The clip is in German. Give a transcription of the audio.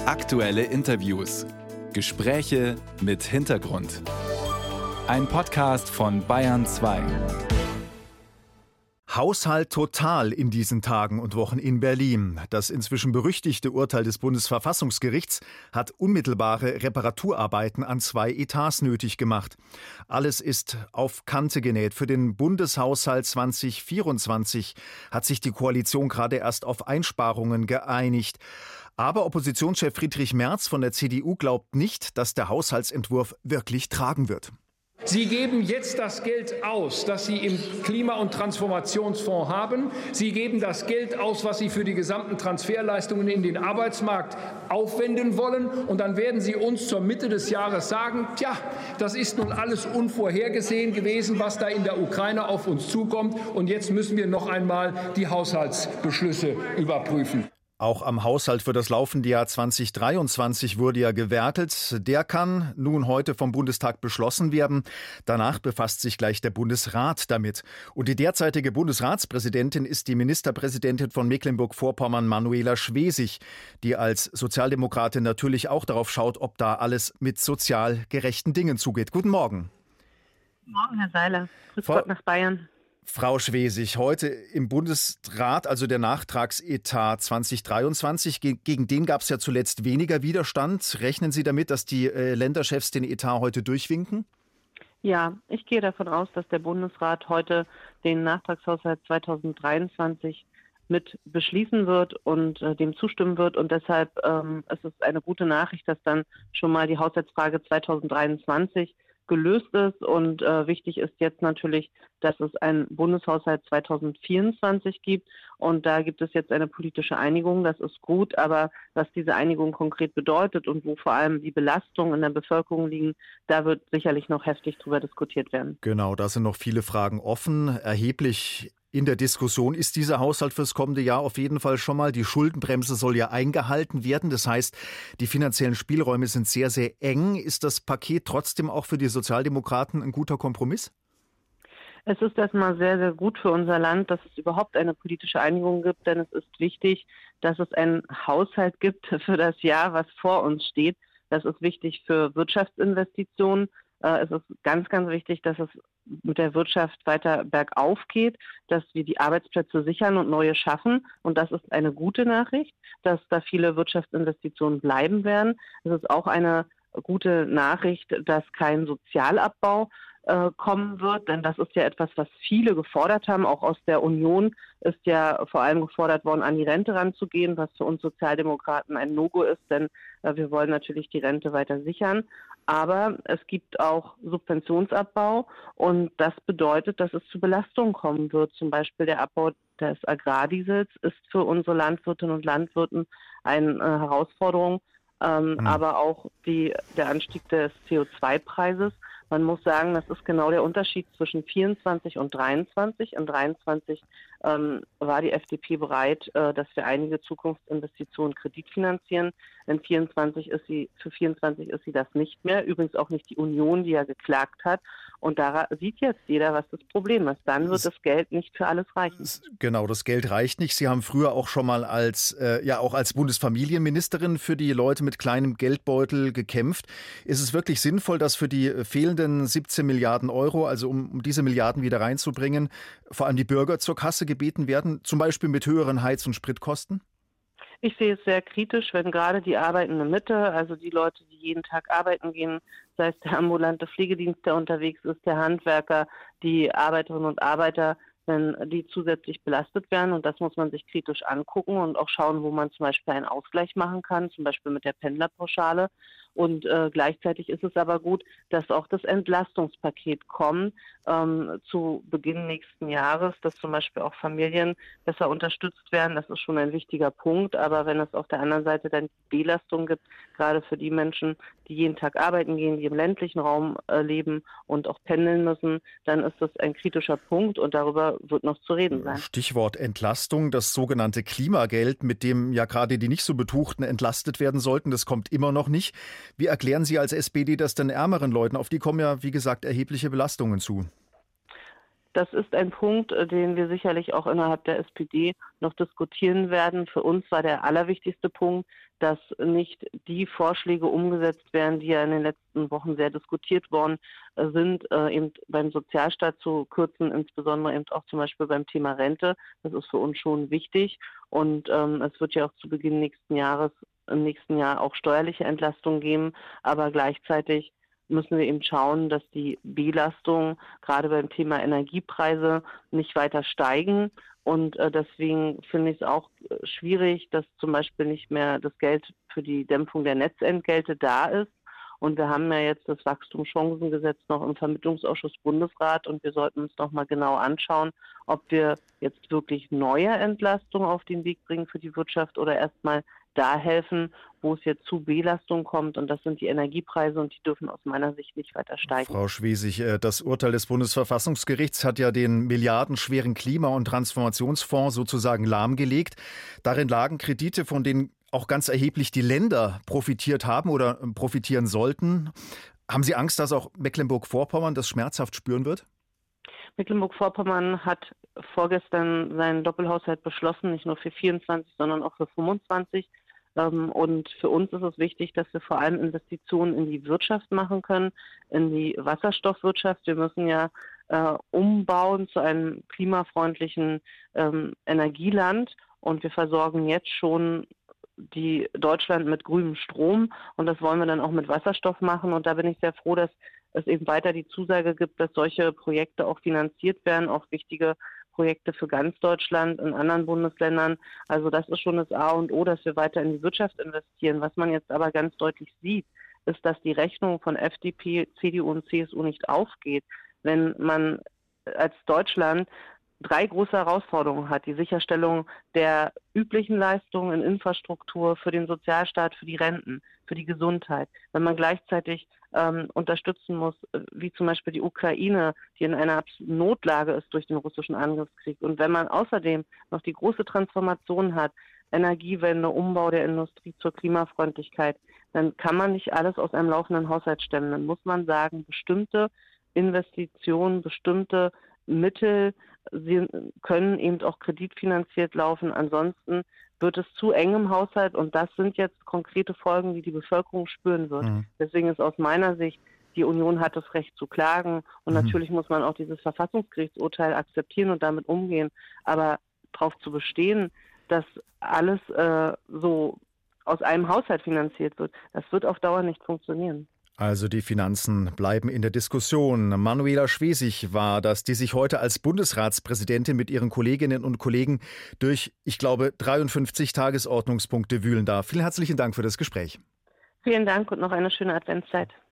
Aktuelle Interviews. Gespräche mit Hintergrund. Ein Podcast von Bayern 2. Haushalt total in diesen Tagen und Wochen in Berlin. Das inzwischen berüchtigte Urteil des Bundesverfassungsgerichts hat unmittelbare Reparaturarbeiten an 2 Etats nötig gemacht. Alles ist auf Kante genäht. Für den Bundeshaushalt 2024 hat sich die Koalition gerade erst auf Einsparungen geeinigt. Aber Oppositionschef Friedrich Merz von der CDU glaubt nicht, dass der Haushaltsentwurf wirklich tragen wird. Sie geben jetzt das Geld aus, das Sie im Klima- und Transformationsfonds haben. Sie geben das Geld aus, was Sie für die gesamten Transferleistungen in den Arbeitsmarkt aufwenden wollen. Und dann werden Sie uns zur Mitte des Jahres sagen, tja, das ist nun alles unvorhergesehen gewesen, was da in der Ukraine auf uns zukommt. Und jetzt müssen wir noch einmal die Haushaltsbeschlüsse überprüfen. Auch am Haushalt für das laufende Jahr 2023 wurde ja gewerkelt. Der kann nun heute vom Bundestag beschlossen werden. Danach befasst sich gleich der Bundesrat damit. Und die derzeitige Bundesratspräsidentin ist die Ministerpräsidentin von Mecklenburg-Vorpommern, Manuela Schwesig, die als Sozialdemokratin natürlich auch darauf schaut, ob da alles mit sozial gerechten Dingen zugeht. Guten Morgen. Guten Morgen, Herr Seiler. Grüß Gott nach Bayern. Frau Schwesig, heute im Bundesrat, also der Nachtragsetat 2023, gegen den gab es ja zuletzt weniger Widerstand. Rechnen Sie damit, dass die Länderchefs den Etat heute durchwinken? Ja, ich gehe davon aus, dass der Bundesrat heute den Nachtragshaushalt 2023 mit beschließen wird und dem zustimmen wird. Und deshalb ist es eine gute Nachricht, dass dann schon mal die Haushaltsfrage 2023 gelöst ist. Und wichtig ist jetzt natürlich, dass es einen Bundeshaushalt 2024 gibt. Und da gibt es jetzt eine politische Einigung. Das ist gut. Aber was diese Einigung konkret bedeutet und wo vor allem die Belastungen in der Bevölkerung liegen, da wird sicherlich noch heftig drüber diskutiert werden. Genau, da sind noch viele Fragen offen. Erheblich in der Diskussion ist dieser Haushalt fürs kommende Jahr auf jeden Fall schon mal. Die Schuldenbremse soll ja eingehalten werden. Das heißt, die finanziellen Spielräume sind sehr, sehr eng. Ist das Paket trotzdem auch für die Sozialdemokraten ein guter Kompromiss? Es ist erstmal sehr, sehr gut für unser Land, dass es überhaupt eine politische Einigung gibt, denn es ist wichtig, dass es einen Haushalt gibt für das Jahr, was vor uns steht. Das ist wichtig für Wirtschaftsinvestitionen. Es ist ganz, ganz wichtig, dass es mit der Wirtschaft weiter bergauf geht, dass wir die Arbeitsplätze sichern und neue schaffen. Und das ist eine gute Nachricht, dass da viele Wirtschaftsinvestitionen bleiben werden. Es ist auch eine gute Nachricht, dass kein Sozialabbau kommen wird, denn das ist ja etwas, was viele gefordert haben. Auch aus der Union ist ja vor allem gefordert worden, an die Rente ranzugehen, was für uns Sozialdemokraten ein No-Go ist, denn wir wollen natürlich die Rente weiter sichern. Aber es gibt auch Subventionsabbau und das bedeutet, dass es zu Belastungen kommen wird. Zum Beispiel der Abbau des Agrardiesels ist für unsere Landwirtinnen und Landwirte eine Herausforderung, aber auch der Anstieg des CO2-Preises. Man muss sagen, das ist genau der Unterschied zwischen 24 und 23. In 23 war die FDP bereit, dass wir einige Zukunftsinvestitionen kreditfinanzieren. Für 24 ist sie das nicht mehr. Übrigens auch nicht die Union, die ja geklagt hat. Und da sieht jetzt jeder, was das Problem ist. Dann wird das Geld nicht für alles reichen. Genau, das Geld reicht nicht. Sie haben früher auch schon mal als Bundesfamilienministerin für die Leute mit kleinem Geldbeutel gekämpft. Ist es wirklich sinnvoll, dass für die fehlenden 17 Milliarden Euro, also um diese Milliarden wieder reinzubringen, vor allem die Bürger zur Kasse gebeten werden, zum Beispiel mit höheren Heiz- und Spritkosten? Ich sehe es sehr kritisch, wenn gerade die arbeitende Mitte, also die Leute, die jeden Tag arbeiten gehen, sei es der ambulante Pflegedienst, der unterwegs ist, der Handwerker, die Arbeiterinnen und Arbeiter, wenn die zusätzlich belastet werden. Und das muss man sich kritisch angucken und auch schauen, wo man zum Beispiel einen Ausgleich machen kann, zum Beispiel mit der Pendlerpauschale. Und gleichzeitig ist es aber gut, dass auch das Entlastungspaket kommt zu Beginn nächsten Jahres, dass zum Beispiel auch Familien besser unterstützt werden. Das ist schon ein wichtiger Punkt. Aber wenn es auf der anderen Seite dann Belastung gibt, gerade für die Menschen, die jeden Tag arbeiten gehen, die im ländlichen Raum leben und auch pendeln müssen, dann ist das ein kritischer Punkt und darüber wird noch zu reden sein. Stichwort Entlastung, das sogenannte Klimageld, mit dem ja gerade die nicht so Betuchten entlastet werden sollten, das kommt immer noch nicht. Wie erklären Sie als SPD das den ärmeren Leuten? Auf die kommen ja, wie gesagt, erhebliche Belastungen zu. Das ist ein Punkt, den wir sicherlich auch innerhalb der SPD noch diskutieren werden. Für uns war der allerwichtigste Punkt, dass nicht die Vorschläge umgesetzt werden, die ja in den letzten Wochen sehr diskutiert worden sind, eben beim Sozialstaat zu kürzen, insbesondere eben auch zum Beispiel beim Thema Rente. Das ist für uns schon wichtig. Und es wird ja auch zu Beginn im nächsten Jahr auch steuerliche Entlastung geben, aber gleichzeitig müssen wir eben schauen, dass die Belastungen gerade beim Thema Energiepreise nicht weiter steigen. Und deswegen finde ich es auch schwierig, dass zum Beispiel nicht mehr das Geld für die Dämpfung der Netzentgelte da ist. Und wir haben ja jetzt das Wachstumschancengesetz noch im Vermittlungsausschuss Bundesrat und wir sollten uns noch mal genau anschauen, ob wir jetzt wirklich neue Entlastungen auf den Weg bringen für die Wirtschaft oder erstmal da helfen, wo es jetzt zu Belastungen kommt. Und das sind die Energiepreise und die dürfen aus meiner Sicht nicht weiter steigen. Frau Schwesig, das Urteil des Bundesverfassungsgerichts hat ja den milliardenschweren Klima- und Transformationsfonds sozusagen lahmgelegt. Darin lagen Kredite, von denen auch ganz erheblich die Länder profitiert haben oder profitieren sollten. Haben Sie Angst, dass auch Mecklenburg-Vorpommern das schmerzhaft spüren wird? Mecklenburg-Vorpommern hat vorgestern seinen Doppelhaushalt beschlossen, nicht nur für 24, sondern auch für 25. Und für uns ist es wichtig, dass wir vor allem Investitionen in die Wirtschaft machen können, in die Wasserstoffwirtschaft. Wir müssen ja umbauen zu einem klimafreundlichen Energieland und wir versorgen jetzt schon Deutschland mit grünem Strom und das wollen wir dann auch mit Wasserstoff machen. Und da bin ich sehr froh, dass es eben weiter die Zusage gibt, dass solche Projekte auch finanziert werden, auch wichtige Projekte für ganz Deutschland, in anderen Bundesländern. Also das ist schon das A und O, dass wir weiter in die Wirtschaft investieren. Was man jetzt aber ganz deutlich sieht, ist, dass die Rechnung von FDP, CDU und CSU nicht aufgeht, wenn man als Deutschland 3 große Herausforderungen hat. Die Sicherstellung der üblichen Leistungen in Infrastruktur, für den Sozialstaat, für die Renten, für die Gesundheit. Wenn man gleichzeitig unterstützen muss, wie zum Beispiel die Ukraine, die in einer absoluten Notlage ist durch den russischen Angriffskrieg. Und wenn man außerdem noch die große Transformation hat, Energiewende, Umbau der Industrie zur Klimafreundlichkeit, dann kann man nicht alles aus einem laufenden Haushalt stemmen. Dann muss man sagen, bestimmte Investitionen, bestimmte Mittel, sie können eben auch kreditfinanziert laufen. Ansonsten wird es zu eng im Haushalt und das sind jetzt konkrete Folgen, die die Bevölkerung spüren wird. Deswegen ist aus meiner Sicht, die Union hat das Recht zu klagen und natürlich muss man auch dieses Verfassungsgerichtsurteil akzeptieren und damit umgehen. Aber darauf zu bestehen, dass alles so aus einem Haushalt finanziert wird, das wird auf Dauer nicht funktionieren. Also die Finanzen bleiben in der Diskussion. Manuela Schwesig war das, die sich heute als Bundesratspräsidentin mit ihren Kolleginnen und Kollegen durch, ich glaube, 53 Tagesordnungspunkte wühlen darf. Vielen herzlichen Dank für das Gespräch. Vielen Dank und noch eine schöne Adventszeit.